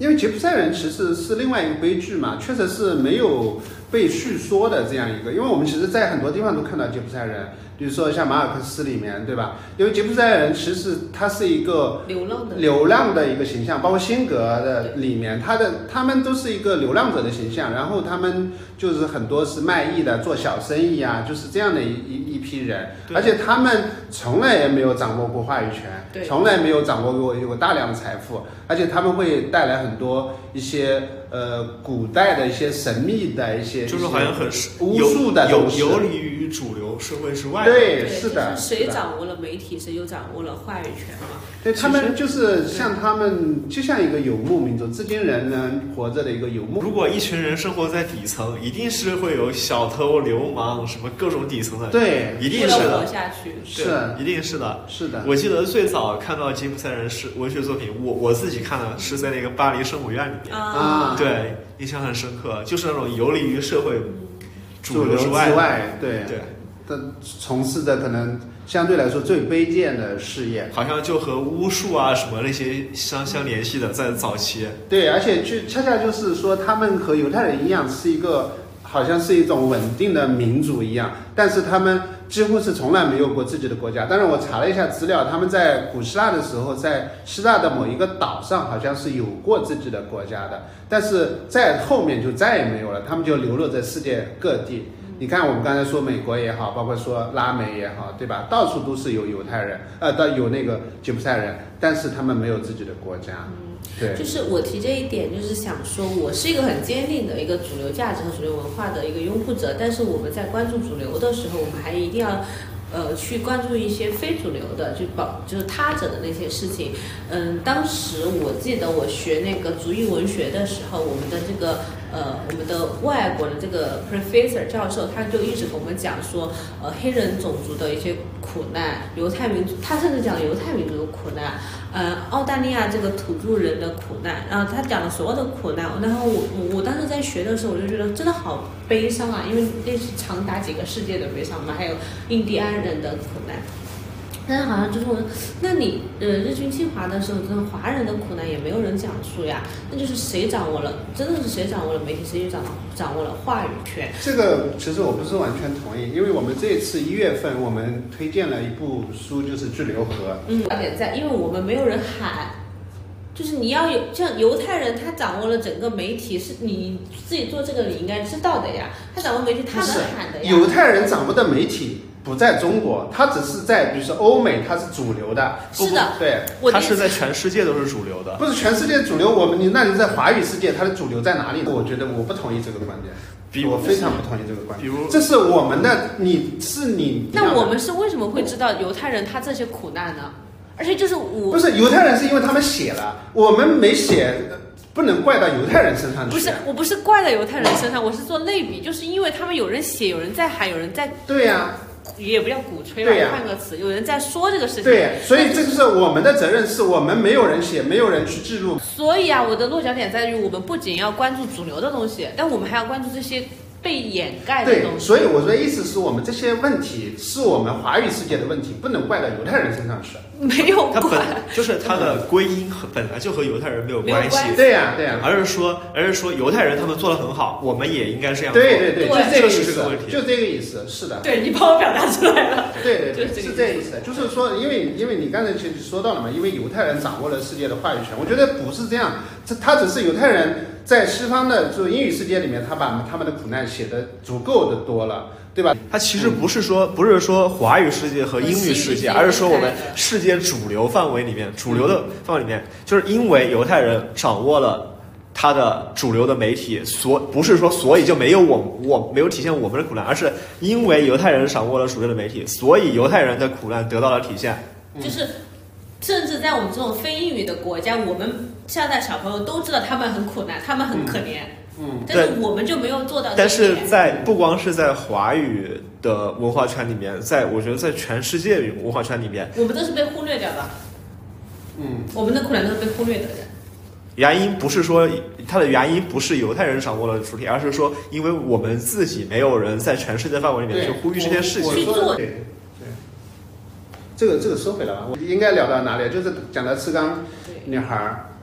因为吉普赛人其实是另外一个悲剧嘛，确实是没有被叙说的这样一个，因为我们其实在很多地方都看到吉普赛人，比如说像马尔克斯里面，对吧？因为吉普赛人其实他是一个流浪的一个形象，包括辛格的里面，他们都是一个流浪者的形象，然后他们就是很多是卖艺的，做小生意啊，就是这样的一批人，而且他们从来也没有掌握过话语权，从来没有掌握过有大量的财富，而且他们会带来很多一些古代的一些神秘的一些， 就是好像很巫术的东西， 游离于主流社会之外。 对，是的。 就是谁掌握了媒体，谁就掌握了话语权嘛。 对，他们就是像他们就像一个游牧民族，至今仍然活着的一个游牧。 如果一群人生活在底层，一定是会有小偷、流氓，什么各种底层的。 对， 一定是的。 活下去是， 一定是的。 是的。 我记得最早看到吉普赛人是文学作品，我自己看的是在那个巴黎圣母院里面啊， 对，印象很深刻，就是那种游离于社会主流之外，对。他从事的可能相对来说最卑贱的事业， 好像就和巫术啊什么那些相联系的，在早期。 对，而且恰恰就是说，他们和犹太人一样，是一个好像是一种稳定的民族一样，但是他们几乎是从来没有过自己的国家。当然，我查了一下资料，他们在古希腊的时候，在希腊的某一个岛上，好像是有过自己的国家的，但是在后面就再也没有了，他们就流落在世界各地。你看，我们刚才说美国也好，包括说拉美也好，对吧？到处都是有犹太人，有那个吉普赛人，但是他们没有自己的国家。对， 就是我提这一点，就是想说，我是一个很坚定的一个主流价值和主流文化的一个拥护者，但是我们在关注主流的时候，我们还一定要去关注一些非主流的，就是他者的那些事情。当时我记得我学那个族裔文学的时候，我们的这个我们的外国的这个 professor 教授，他就一直跟我们讲说，黑人种族的一些苦难，犹太民族，他甚至讲犹太民族的苦难，澳大利亚这个土著人的苦难，然后他讲了所有的苦难。然后我当时在学的时候，我就觉得真的好悲伤啊，因为那是长达几个世纪的悲伤嘛，还有印第安人的苦难。但是好像就是那你日军侵华的时候，这种华人的苦难也没有人讲述呀。那就是谁掌握了，真的是谁掌握了媒体，谁就掌握了话语权。 这个其实我不是完全同意，因为我们这次1月份我们推荐了一部书，就是《巨流河》。 点在，因为我们没有人喊。就是你要有像犹太人，他掌握了整个媒体，是你自己做这个你应该知道的呀。他掌握媒体，他能喊的呀。 犹太人掌握的媒体不在中国，他只是在比如说欧美，他是主流的。 是的， 对， 他是在全世界都是主流的。 不是全世界主流，那你在华语世界，它的主流在哪里？我觉得我不同意这个观点。我非常不同意这个观点。比如，这是我们的，你。 那我们是为什么会知道犹太人他这些苦难呢？而且就是不是犹太人，是因为他们写了，我们没写，不能怪到犹太人身上去。 不是，我不是怪在犹太人身上，我是做类比，就是因为他们有人写，有人在喊，有人在。 对呀。 也不叫鼓吹了，换个词，有人在说这个事情。 对，所以这就是我们的责任，是我们没有人写，没有人去记录。 所以啊，我的落脚点在于，我们不仅要关注主流的东西，但我们还要关注这些被掩盖的东西。 对，所以我说的意思是我们这些问题是我们华语世界的问题，不能怪到犹太人身上去。 没有怪， 就是它的归因本来就和犹太人没有关系。 对呀，对呀。 而是说犹太人他们做得很好，我们也应该这样做。 对，就这个意思， 这个问题， 就这个意思，是的。 对，你帮我表达出来了。 对，是这个意思。就是说，因为你刚才其实说到了嘛，因为犹太人掌握了世界的话语权，我觉得不是这样，他只是犹太人在西方的就英语世界里面，他把他们的苦难写得足够的多了。对吧？ 它其实不是说华语世界和英语世界，而是说我们世界主流范围里面，主流的范围里面，就是因为犹太人掌握了他的主流的媒体，不是说所以就没有我没有体现我们的苦难，而是因为犹太人掌握了主流的媒体，所以犹太人的苦难得到了体现。 就是甚至在我们这种非英语的国家，我们下代小朋友都知道他们很苦难，他们很可怜。但是我们就没有做到。 但是不光是在华语的文化圈里面，我觉得在全世界文化圈里面， 我们都是被忽略掉的。我们的苦难都是被忽略的。 原因不是说它的原因不是犹太人掌握了主体，而是说因为我们自己没有人在全世界范围里面去呼吁这件事情。 去做。 对。这个收回来了，我应该聊到哪里？就是讲到赤冈女孩。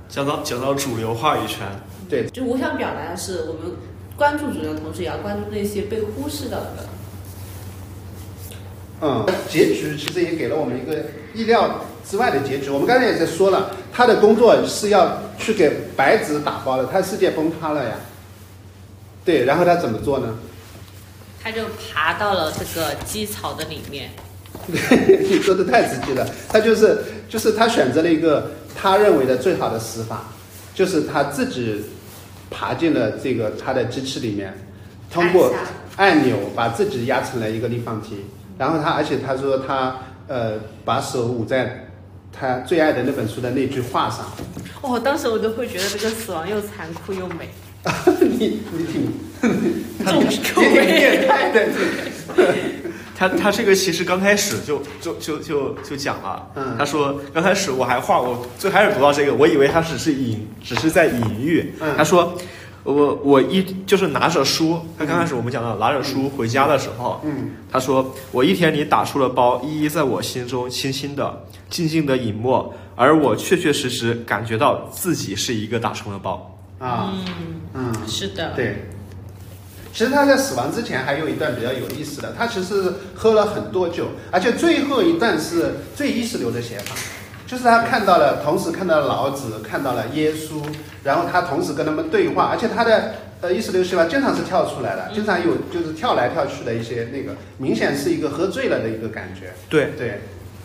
讲到主流话语权， 对， 就我想表达的是，我们关注主流的同时，也要关注那些被忽视到的。 结局其实也给了我们一个意料之外的结局。我们刚才也在说了，他的工作是要去给白纸打包的，他世界崩塌了呀。对，然后他怎么做呢？ 他就爬到了这个鸡槽的里面。 对，你说的太直接了。他就是他选择了一个他认为的最好的死法，就是他自己爬进了这个他的机器里面，通过按钮把自己压成了一个立方体。然后而且他说他把手捂在他最爱的那本书的那句话上。 哦，当时我都会觉得这个死亡又残酷又美。 你挺重口味， 变态的。 他这个其实刚开始就讲了，他说刚开始我最开始读到这个，我以为他只是在隐喻，他说。我就是拿着书，他刚开始我们讲到拿着书回家的时候，他说我一天里打出了包，一一在我心中轻轻的、静静的隐没，而我确确实实感觉到自己是一个打充的包啊， 是的， 对。其实他在死亡之前还有一段比较有意思的，他其实喝了很多酒，而且最后一段是最意识流的写法。就是他同时看到了老子，看到了耶稣，然后他同时跟他们对话，而且他的意识流写法经常是跳出来的，经常有就是跳来跳去的一些那个，明显是一个喝醉了的一个感觉。 对对。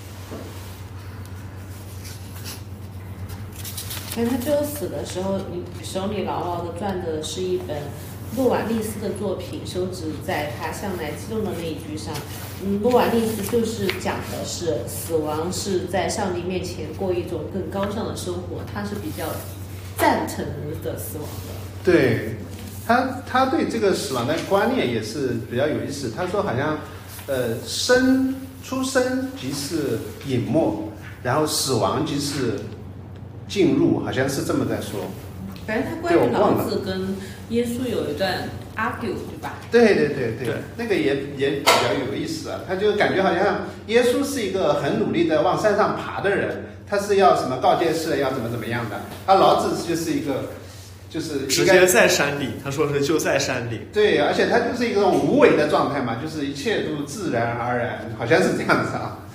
但他最后死的时候，你手里牢牢的攥的是一本洛瓦利斯的作品，手指在他向来激动的那一句上。洛瓦利斯就是讲的是死亡是在上帝面前过一种更高尚的生活，他是比较赞成的死亡的。 对，他对这个死亡的观念也是比较有意思。他说好像出生即是隐没，然后死亡即是进入，好像是这么在说。 反正他关于老子跟耶稣有一段 argue， 对吧？ 对，那个也比较有意思啊。他就感觉好像耶稣是一个很努力的往山上爬的人，他是要什么告诫世人要怎么样的。而老子就是一个就是直接在山里，他说是就在山里。 对，而且他就是一种无为的状态嘛，就是一切都自然而然，好像是这样子啊。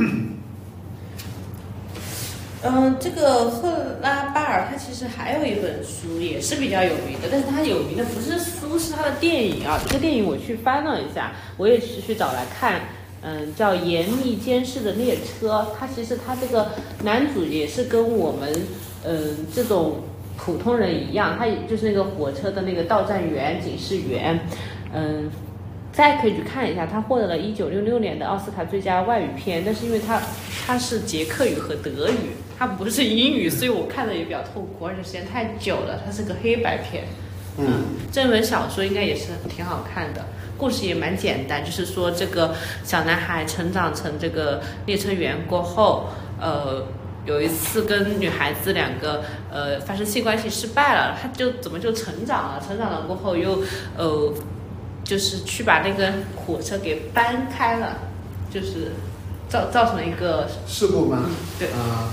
这个赫拉巴尔他其实还有一本书也是比较有名的，但是他有名的不是书，是他的电影啊。这个电影我去翻了一下，我也是去找来看，叫《严密监视的列车》。他其实他这个男主也是跟我们这种普通人一样，他也就是那个火车的那个到站员、警示员，大家可以去看一下，他获得了1966年的奥斯卡最佳外语片，但是因为他是捷克语和德语，他不是英语，所以我看的也比较痛苦，而且时间太久了，它是个黑白片。这本小说应该也是挺好看的，故事也蛮简单，就是说这个小男孩成长成这个列车员过后，有一次跟女孩子两个发生性关系失败了，他就怎么就成长了过后又就是去把那个火车给搬开了，就是造成了一个事故吗？ 对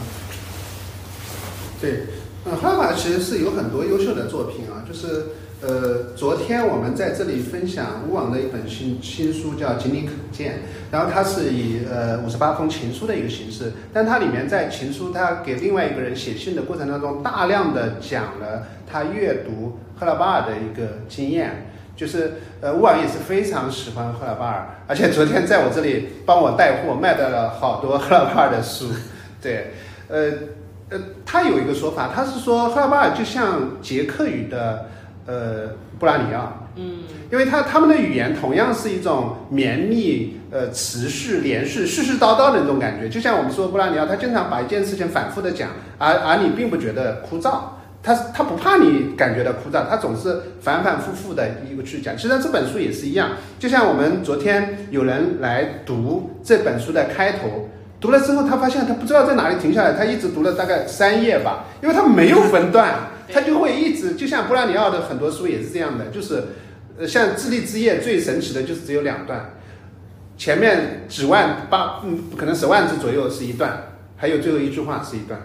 对，哈马其实是有很多优秀的作品啊，就是昨天我们在这里分享乌网的一本新书叫《锦鲤可见》，然后它是以58封情书的一个形式，但它里面在情书他给另外一个人写信的过程当中，大量的讲了他阅读赫拉巴尔的一个经验。就是乌网也是非常喜欢赫拉巴尔，而且昨天在我这里帮我带货，卖到了好多赫拉巴尔的书。对，他有一个说法，他是说赫拉巴尔就像捷克语的布拉尼奥，因为他们的语言同样是一种绵密、持续、连续、絮絮叨叨的那种感觉，就像我们说布拉尼奥，他经常把一件事情反复的讲，而你并不觉得枯燥。他不怕你感觉到枯燥，他总是反反复复的一个去讲。其实这本书也是一样，就像我们昨天有人来读这本书的开头，读了之后他发现他不知道在哪里停下来，他一直读了大概3页吧，因为他没有分段，他就会一直，就像布拉尼奥的很多书也是这样的，就是像《智力之夜》最神奇的就是只有2段，前面可能10万字左右是一段，还有最后一句话是一段。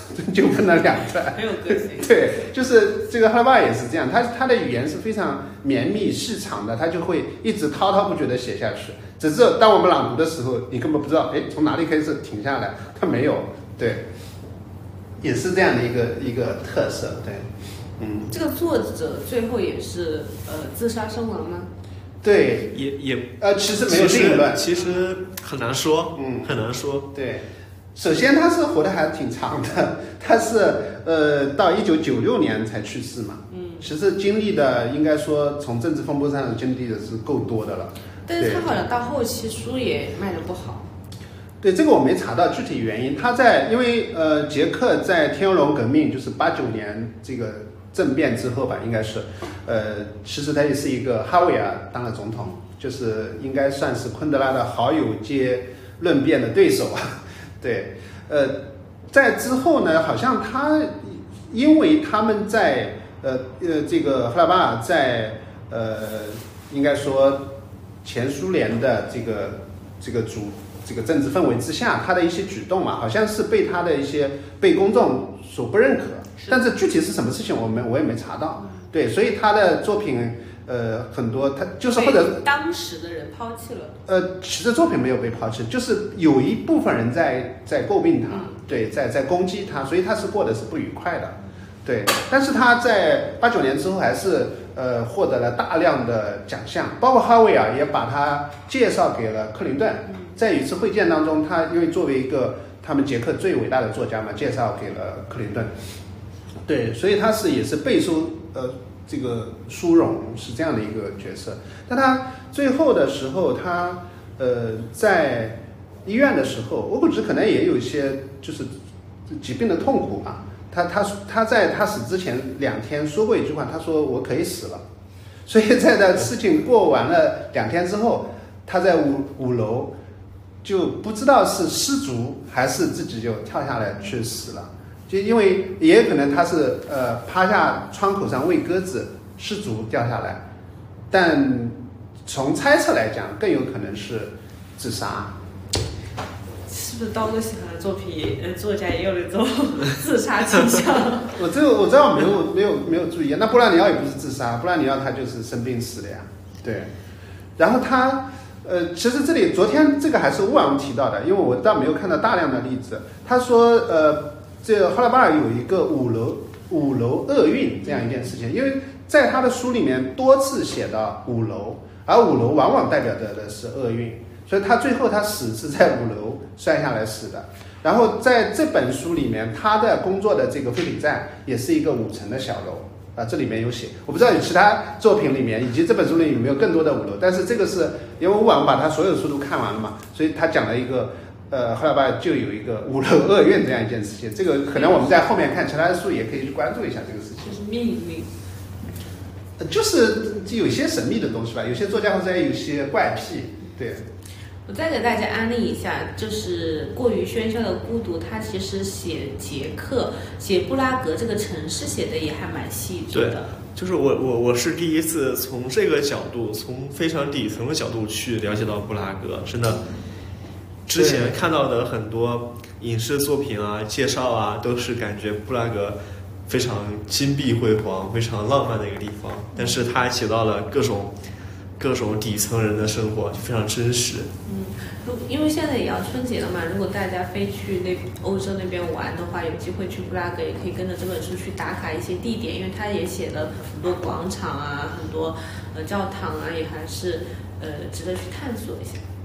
就分了两段， 很有个性。 对，就是这个哈拉巴尔也是这样，他的语言是非常绵密细长的，他就会一直滔滔不绝的写下去。只是当我们朗读的时候，你根本不知道，哎，从哪里开始停下来，他没有，对，也是这样的一个特色，对， 这个作者最后也是自杀身亡吗？ 对， 也其实没有定论， 其实很难说，很难说， 对。首先，他是活得还挺长的，他是到1996年才去世嘛，其实经历的应该说从政治风波上经历的是够多的了。 但是他好像到后期书也卖得不好。 对，这个我没查到具体原因。他因为捷克在天鹅绒革命就是89年这个政变之后吧，应该是其实他也是一个哈维尔当了总统，就是应该算是昆德拉的好友兼论辩的对手啊。对，在之后呢，好像因为他们在这个哈拉巴尔在应该说前苏联的这个政治氛围之下，他的一些举动嘛，好像是被公众所不认可，但是具体是什么事情我也没查到。对，所以他的作品很多，他就是或者当时的人抛弃了。 其实作品没有被抛弃，就是有一部分人在诟病他，对，在攻击他，所以他是过得是不愉快的。对，但是他在89年之后还是获得了大量的奖项，包括哈维尔也把他介绍给了克林顿。在一次会见当中，他因为作为一个他们捷克最伟大的作家嘛，介绍给了克林顿。对，所以他也是备受这个殊荣，是这样的一个角色。但他最后的时候，他在医院的时候，我估计可能也有一些就是疾病的痛苦吧。他在他死之前2天说过一句话，他说我可以死了。所以在这事情过完了2天之后，他在五楼就不知道是失足还是自己就跳下来去死了。就因为也有可能他是趴下窗口上喂鸽子失足掉下来，但从猜测来讲，更有可能是自杀。 是不是刀哥喜欢的作品作家也有那种自杀倾向？ 我知道没有注意。那布拉尼奥也不是自杀，布拉尼奥他就是生病死的呀。对，然后他其实这里昨天这个还是乌昂提到的，因为我倒没有看到大量的例子。他说这个哈拉巴尔有一个五楼厄运这样一件事情，因为在他的书里面多次写到5楼，而5楼往往代表着的是厄运，所以他最后他死是在5楼摔下来死的。然后在这本书里面，他的工作的这个废品站也是一个5层的小楼啊，这里面有写，我不知道有其他作品里面以及这本书里有没有更多的5楼，但是这个是因为乌昂把他所有书都看完了嘛，所以他讲了一个后来吧就有一个5楼厄运这样一件事情，这个可能我们在后面看其他的书也可以去关注一下这个事情。 就是命运， 就是有些神秘的东西吧，有些作家或者有些怪癖，对。 我再给大家安利一下，就是过于喧嚣的孤独，他其实写捷克、写布拉格这个城市写的也还蛮细致的。 对，就是我是第一次从这个角度，从非常底层的角度去了解到布拉格，真的。之前看到的很多影视作品啊、介绍啊，都是感觉布拉格非常金碧辉煌、非常浪漫的一个地方，但是它写到了各种底层人的生活，就非常真实。 因为现在也要春节了嘛，如果大家飞去欧洲那边玩的话，有机会去布拉格，也可以跟着这本书去打卡一些地点，因为它也写了很多广场啊、很多教堂啊，也还是值得去探索一下。